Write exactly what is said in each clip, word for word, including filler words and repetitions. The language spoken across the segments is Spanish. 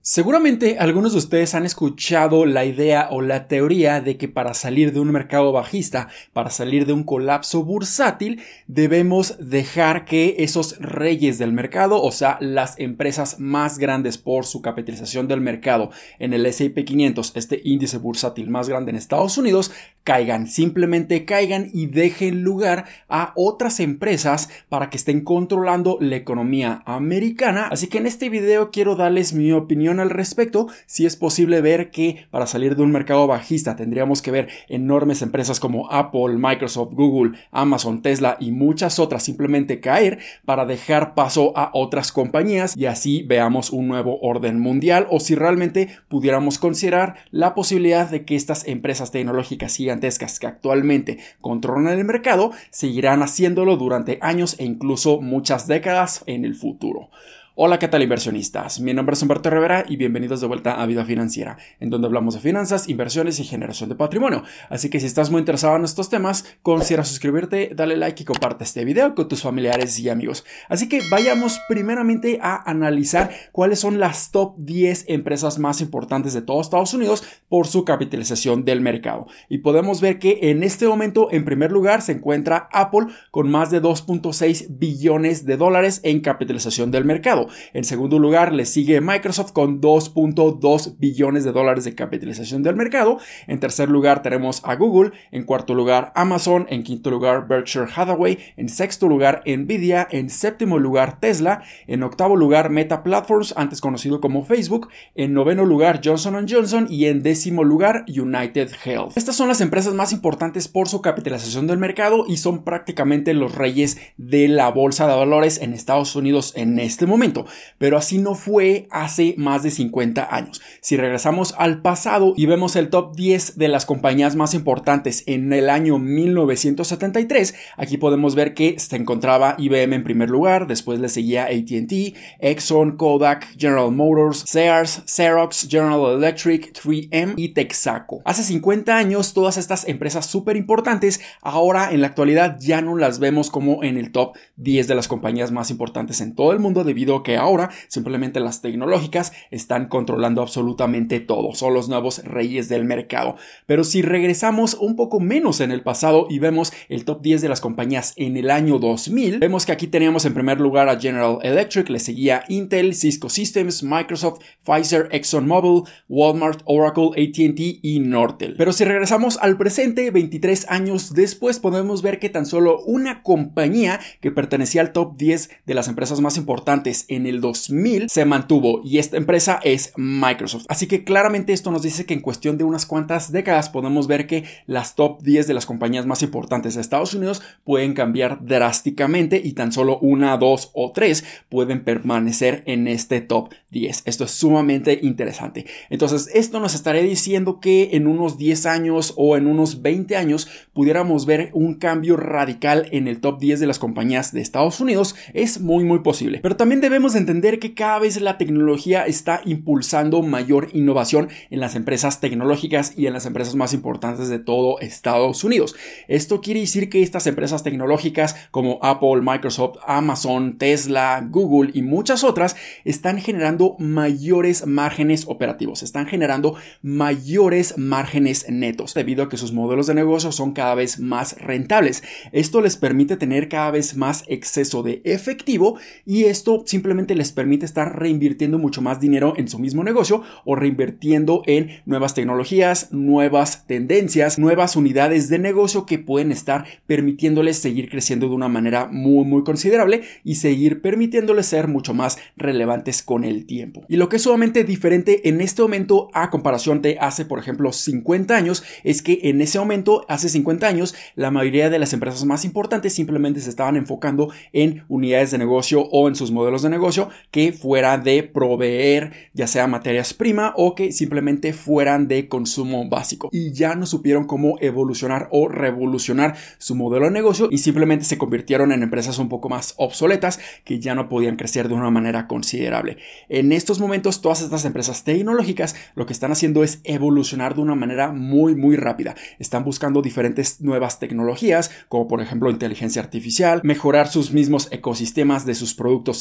Seguramente algunos de ustedes han escuchado la idea o la teoría de que para salir de un mercado bajista, para salir de un colapso bursátil, debemos dejar que esos reyes del mercado, o sea, las empresas más grandes por su capitalización del mercado en el ese y pe quinientos, este índice bursátil más grande en Estados Unidos, caigan, simplemente caigan y dejen lugar a otras empresas para que estén controlando la economía americana. Así que en este video quiero darles mi opinión al respecto. Si es posible ver que para salir de un mercado bajista tendríamos que ver enormes empresas como Apple, Microsoft, Google, Amazon, Tesla y muchas otras simplemente caer para dejar paso a otras compañías y así veamos un nuevo orden mundial, o si realmente pudiéramos considerar la posibilidad de que estas empresas tecnológicas gigantescas que actualmente controlan el mercado seguirán haciéndolo durante años e incluso muchas décadas en el futuro. Hola, ¿qué tal, inversionistas? Mi nombre es Humberto Rivera y bienvenidos de vuelta a Vida Financiera, en donde hablamos de finanzas, inversiones y generación de patrimonio. Así que si estás muy interesado en estos temas, considera suscribirte, dale like y comparte este video con tus familiares y amigos. Así que vayamos primeramente a analizar cuáles son las top diez empresas más importantes de todo Estados Unidos por su capitalización del mercado. Y podemos ver que en este momento, en primer lugar, se encuentra Apple con más de dos punto seis billones de dólares en capitalización del mercado. En segundo lugar le sigue Microsoft con dos punto dos billones de dólares de capitalización del mercado. En tercer lugar tenemos a Google. En cuarto lugar Amazon. En quinto lugar Berkshire Hathaway. En sexto lugar Nvidia. En séptimo lugar Tesla. En octavo lugar Meta Platforms, antes conocido como Facebook. En noveno lugar Johnson and Johnson. Y en décimo lugar United Health. Estas son las empresas más importantes por su capitalización del mercado y son prácticamente los reyes de la bolsa de valores en Estados Unidos en este momento. Pero así no fue hace más de cincuenta años. Si regresamos al pasado y vemos el top diez de las compañías más importantes en el año mil novecientos setenta y tres, aquí podemos ver que se encontraba I B M en primer lugar, después le seguía A T and T, Exxon, Kodak, General Motors, Sears, Xerox, General Electric, tres eme y Texaco. Hace cincuenta años todas estas empresas súper importantes, ahora en la actualidad ya no las vemos como en el top diez de las compañías más importantes en todo el mundo, debido a que ahora simplemente las tecnológicas están controlando absolutamente todo, son los nuevos reyes del mercado. Pero si regresamos un poco menos en el pasado y vemos el top diez de las compañías en el año dos mil, vemos que aquí teníamos en primer lugar a General Electric, le seguía Intel, Cisco Systems, Microsoft, Pfizer, ExxonMobil, Walmart, Oracle, A T and T y Nortel. Pero si regresamos al presente, veintitrés años después, podemos ver que tan solo una compañía que pertenecía al top diez de las empresas más importantes en el dos mil se mantuvo, y esta empresa es Microsoft. Así que claramente esto nos dice que en cuestión de unas cuantas décadas podemos ver que las top diez de las compañías más importantes de Estados Unidos pueden cambiar drásticamente y tan solo una, dos o tres pueden permanecer en este top diez. Esto es sumamente interesante. Entonces esto nos estaría diciendo que en unos diez años o en unos veinte años pudiéramos ver un cambio radical en el top diez de las compañías de Estados Unidos. Es muy muy posible, pero también debemos Debemos entender que cada vez la tecnología está impulsando mayor innovación en las empresas tecnológicas y en las empresas más importantes de todo Estados Unidos. Esto quiere decir que estas empresas tecnológicas como Apple, Microsoft, Amazon, Tesla, Google y muchas otras están generando mayores márgenes operativos, están generando mayores márgenes netos debido a que sus modelos de negocio son cada vez más rentables. Esto les permite tener cada vez más exceso de efectivo y esto simplemente Simplemente les permite estar reinvirtiendo mucho más dinero en su mismo negocio o reinvirtiendo en nuevas tecnologías, nuevas tendencias, nuevas unidades de negocio que pueden estar permitiéndoles seguir creciendo de una manera muy muy considerable y seguir permitiéndoles ser mucho más relevantes con el tiempo. Y lo que es sumamente diferente en este momento a comparación de hace, por ejemplo, cincuenta años, es que en ese momento, hace cincuenta años, la mayoría de las empresas más importantes simplemente se estaban enfocando en unidades de negocio o en sus modelos de negocio que fuera de proveer ya sea materias prima o que simplemente fueran de consumo básico, y ya no supieron cómo evolucionar o revolucionar su modelo de negocio y simplemente se convirtieron en empresas un poco más obsoletas que ya no podían crecer de una manera considerable. En estos momentos todas estas empresas tecnológicas lo que están haciendo es evolucionar de una manera muy muy rápida. Están buscando diferentes nuevas tecnologías como por ejemplo inteligencia artificial, mejorar sus mismos ecosistemas de sus productos y servicios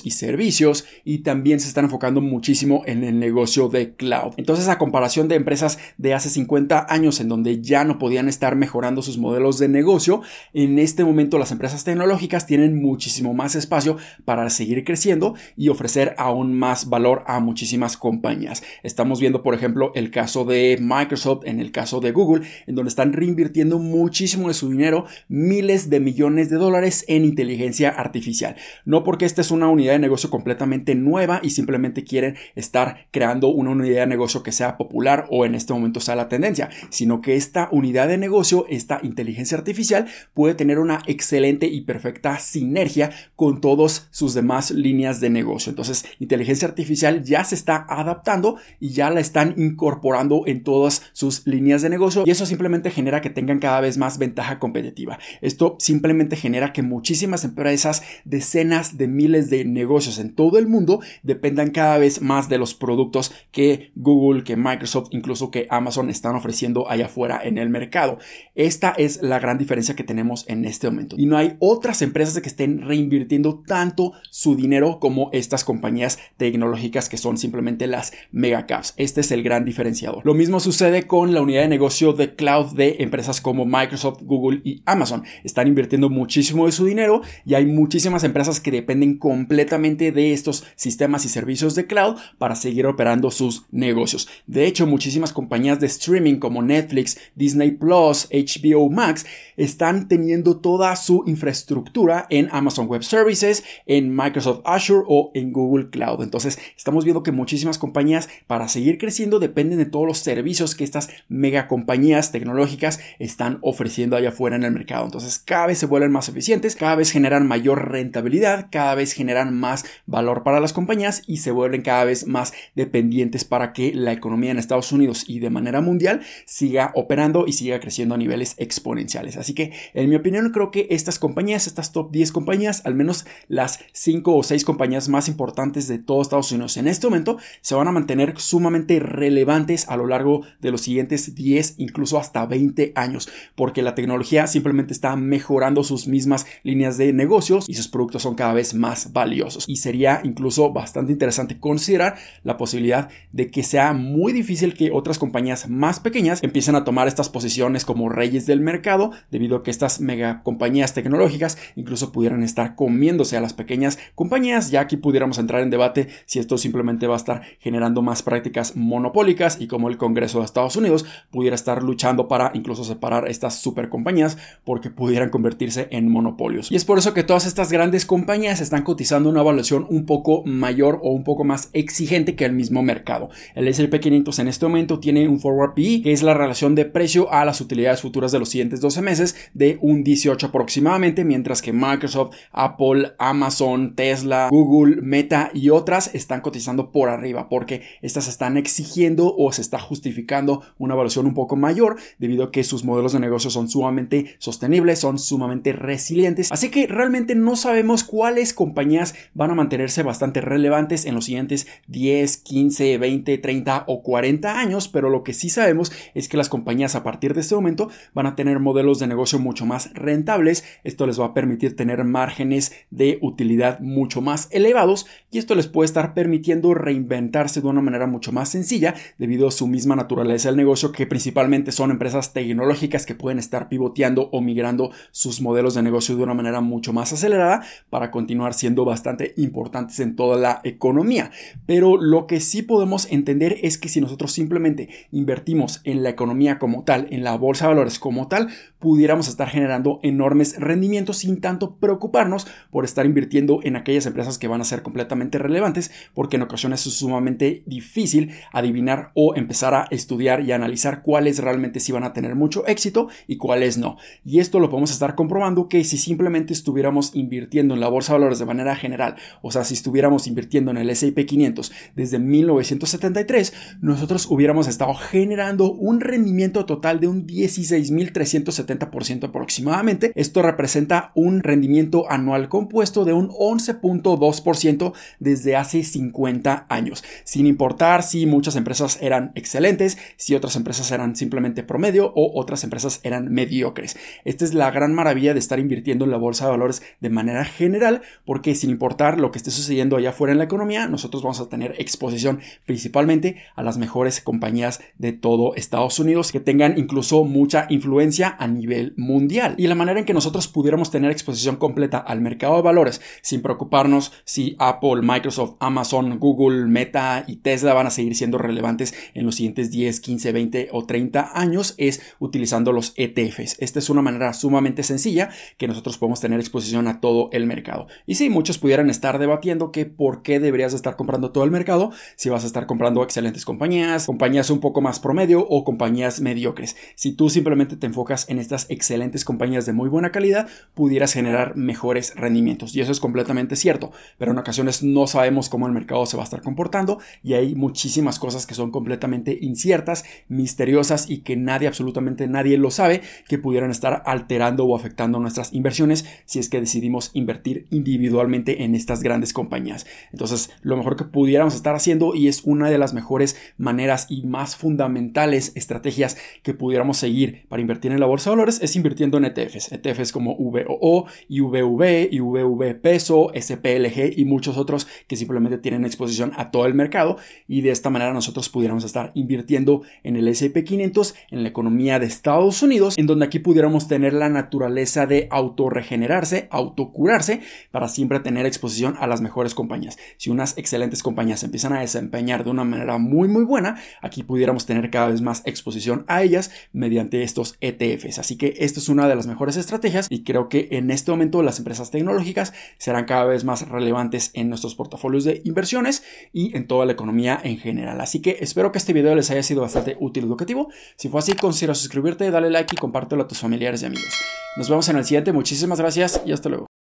servicios y también se están enfocando muchísimo en el negocio de cloud. Entonces, a comparación de empresas de hace cincuenta años en donde ya no podían estar mejorando sus modelos de negocio, en este momento las empresas tecnológicas tienen muchísimo más espacio para seguir creciendo y ofrecer aún más valor a muchísimas compañías. Estamos viendo, por ejemplo, el caso de Microsoft, en el caso de Google, en donde están reinvirtiendo muchísimo de su dinero, miles de millones de dólares en inteligencia artificial. No porque esta es una unidad de negocio completamente nueva y simplemente quieren estar creando una unidad de negocio que sea popular o en este momento sea la tendencia, sino que esta unidad de negocio, esta inteligencia artificial, puede tener una excelente y perfecta sinergia con todas sus demás líneas de negocio. Entonces, inteligencia artificial ya se está adaptando y ya la están incorporando en todas sus líneas de negocio y eso simplemente genera que tengan cada vez más ventaja competitiva. Esto simplemente genera que muchísimas empresas, decenas de miles de negocios en todo el mundo dependan cada vez más de los productos que Google, que Microsoft, incluso que Amazon están ofreciendo allá afuera en el mercado. Esta es la gran diferencia que tenemos en este momento. Y no hay otras empresas que estén reinvirtiendo tanto su dinero como estas compañías tecnológicas que son simplemente las megacaps. Este es el gran diferenciador. Lo mismo sucede con la unidad de negocio de cloud de empresas como Microsoft, Google y Amazon. Están invirtiendo muchísimo de su dinero y hay muchísimas empresas que dependen completamente de estos sistemas y servicios de cloud para seguir operando sus negocios. De hecho, muchísimas compañías de streaming como Netflix, Disney Plus, H B O Max están teniendo toda su infraestructura en Amazon Web Services, en Microsoft Azure o en Google Cloud. Entonces, estamos viendo que muchísimas compañías para seguir creciendo dependen de todos los servicios que estas mega compañías tecnológicas están ofreciendo allá afuera en el mercado. Entonces, cada vez se vuelven más eficientes, cada vez generan mayor rentabilidad, cada vez generan más valor para las compañías y se vuelven cada vez más dependientes para que la economía en Estados Unidos y de manera mundial siga operando y siga creciendo a niveles exponenciales. Así que, en mi opinión, creo que estas compañías, estas top diez compañías, al menos las cinco o seis compañías más importantes de todo Estados Unidos en este momento, se van a mantener sumamente relevantes a lo largo de los siguientes diez, incluso hasta veinte años, porque la tecnología simplemente está mejorando sus mismas líneas de negocios y sus productos son cada vez más valiosos. Y sería incluso bastante interesante considerar la posibilidad de que sea muy difícil que otras compañías más pequeñas empiecen a tomar estas posiciones como reyes del mercado, debido a que estas mega compañías tecnológicas incluso pudieran estar comiéndose a las pequeñas compañías. Ya aquí pudiéramos entrar en debate si esto simplemente va a estar generando más prácticas monopólicas y como el Congreso de Estados Unidos pudiera estar luchando para incluso separar estas super compañías porque pudieran convertirse en monopolios. Y es por eso que todas estas grandes compañías están cotizando una evaluación un poco mayor o un poco más exigente que el mismo mercado. El S and P quinientos en este momento tiene un forward P E, que es la relación de precio a las utilidades futuras de los siguientes doce meses, de un dieciocho aproximadamente, mientras que Microsoft, Apple, Amazon, Tesla, Google, Meta y otras están cotizando por arriba porque estas están exigiendo o se está justificando una evaluación un poco mayor debido a que sus modelos de negocio son sumamente sostenibles, son sumamente resilientes. Así que realmente no sabemos cuáles compañías van a mantenerse bastante relevantes en los siguientes diez, quince, veinte, treinta o cuarenta años, pero lo que sí sabemos es que las compañías a partir de este momento van a tener modelos de negocio mucho más rentables. Esto les va a permitir tener márgenes de utilidad mucho más elevados y esto les puede estar permitiendo reinventarse de una manera mucho más sencilla debido a su misma naturaleza del negocio, que principalmente son empresas tecnológicas que pueden estar pivoteando o migrando sus modelos de negocio de una manera mucho más acelerada para continuar siendo bastante importantes en toda la economía. Pero lo que sí podemos entender es que si nosotros simplemente invertimos en la economía como tal, en la bolsa de valores como tal, pudiéramos estar generando enormes rendimientos sin tanto preocuparnos por estar invirtiendo en aquellas empresas que van a ser completamente relevantes, porque en ocasiones es sumamente difícil adivinar o empezar a estudiar y analizar cuáles realmente sí van a tener mucho éxito y cuáles no. Y esto lo podemos estar comprobando que si simplemente estuviéramos invirtiendo en la bolsa de valores de manera general, o sea, si estuviéramos invirtiendo en el S and P quinientos desde mil novecientos setenta y tres, nosotros hubiéramos estado generando un rendimiento total de un dieciséis mil trescientos setenta por ciento aproximadamente. Esto representa un rendimiento anual compuesto de un once punto dos por ciento desde hace cincuenta años, sin importar si muchas empresas eran excelentes, si otras empresas eran simplemente promedio o otras empresas eran mediocres. Esta es la gran maravilla de estar invirtiendo en la bolsa de valores de manera general, porque sin importar lo que esté sucediendo allá afuera en la economía, nosotros vamos a tener exposición principalmente a las mejores compañías de todo Estados Unidos que tengan incluso mucha influencia a nivel mundial. Y la manera en que nosotros pudiéramos tener exposición completa al mercado de valores sin preocuparnos si Apple, Microsoft, Amazon, Google, Meta y Tesla van a seguir siendo relevantes en los siguientes diez, quince, veinte o treinta años es utilizando los E T Fs. Esta es una manera sumamente sencilla que nosotros podemos tener exposición a todo el mercado. Y sí, muchos pudieran estar debatiendo que por qué deberías estar comprando todo el mercado si vas a estar comprando excelentes compañías, compañías un poco más promedio o compañías mediocres. Si tú simplemente te enfocas en estas excelentes compañías de muy buena calidad, pudieras generar mejores rendimientos. Y eso es completamente cierto, pero en ocasiones no sabemos cómo el mercado se va a estar comportando y hay muchísimas cosas que son completamente inciertas, misteriosas y que nadie, absolutamente nadie lo sabe, que pudieran estar alterando o afectando nuestras inversiones si es que decidimos invertir individualmente en estas grandes compañías. Entonces, lo mejor que pudiéramos estar haciendo, y es una de las mejores maneras y más fundamentales estrategias que pudiéramos seguir para invertir en la bolsa de valores, es invirtiendo en E T Fs. E T Fs como V O O, I V V, I V V Peso, S P L G y muchos otros que simplemente tienen exposición a todo el mercado, y de esta manera nosotros pudiéramos estar invirtiendo en el S and P quinientos, en la economía de Estados Unidos, en donde aquí pudiéramos tener la naturaleza de autorregenerarse, autocurarse, para siempre tener exposición a las mejores compañías. Si unas excelentes compañías empiezan a desempeñar de una manera muy muy buena, aquí pudiéramos tener cada vez más exposición a ellas mediante estos E T Fs. Así que esto es una de las mejores estrategias y creo que en este momento las empresas tecnológicas serán cada vez más relevantes en nuestros portafolios de inversiones y en toda la economía en general. Así que espero que este video les haya sido bastante útil y educativo. Si fue así, considera suscribirte, dale like y compártelo a tus familiares y amigos. Nos vemos en el siguiente. Muchísimas gracias y hasta luego.